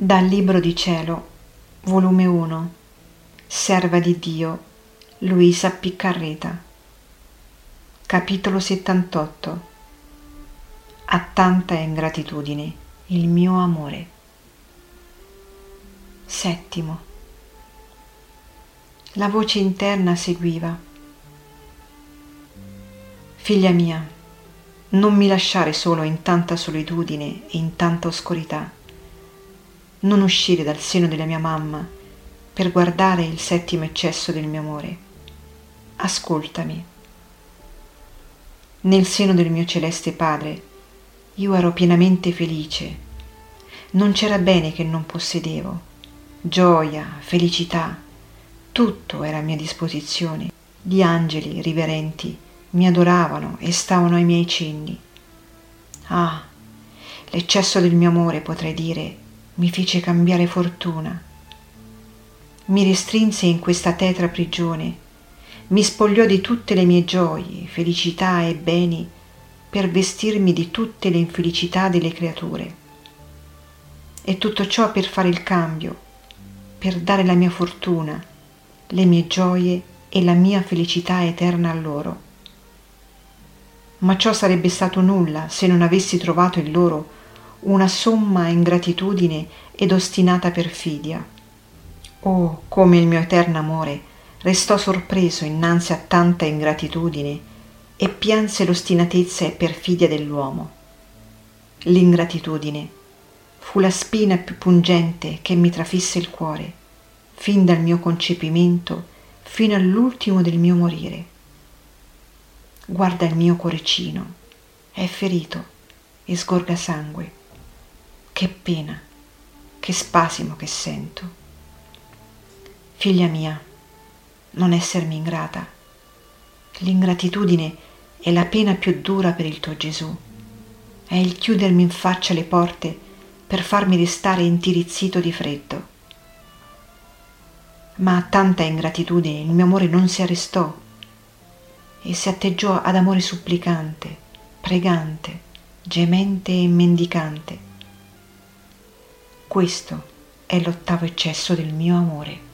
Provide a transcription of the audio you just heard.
Dal Libro di Cielo, volume 1, Serva di Dio, Luisa Piccarreta. Capitolo 78. Ha tanta ingratitudine il mio amore. Settimo. La voce interna seguiva: figlia mia, non mi lasciare solo in tanta solitudine e in tanta oscurità. Non uscire dal seno della mia mamma per guardare il settimo eccesso del mio amore. Ascoltami. Nel seno del mio celeste Padre io ero pienamente felice. Non c'era bene che non possedevo. Gioia, felicità, tutto era a mia disposizione. Gli angeli riverenti mi adoravano e stavano ai miei cenni. Ah, l'eccesso del mio amore, potrei dire, mi fece cambiare fortuna. Mi restrinse in questa tetra prigione, mi spogliò di tutte le mie gioie, felicità e beni per vestirmi di tutte le infelicità delle creature. E tutto ciò per fare il cambio, per dare la mia fortuna, le mie gioie e la mia felicità eterna a loro. Ma ciò sarebbe stato nulla se non avessi trovato in loro una somma ingratitudine ed ostinata perfidia. Oh, come il mio eterno amore restò sorpreso innanzi a tanta ingratitudine e pianse l'ostinatezza e perfidia dell'uomo. L'ingratitudine fu la spina più pungente che mi trafisse il cuore, fin dal mio concepimento fino all'ultimo del mio morire. Guarda il mio cuoricino, è ferito e sgorga sangue. Che pena, che spasimo che sento. Figlia mia, non essermi ingrata. L'ingratitudine è la pena più dura per il tuo Gesù. È il chiudermi in faccia le porte per farmi restare intirizzito di freddo. Ma a tanta ingratitudine il mio amore non si arrestò e si atteggiò ad amore supplicante, pregante, gemente e mendicante. Questo è l'ottavo eccesso del mio amore.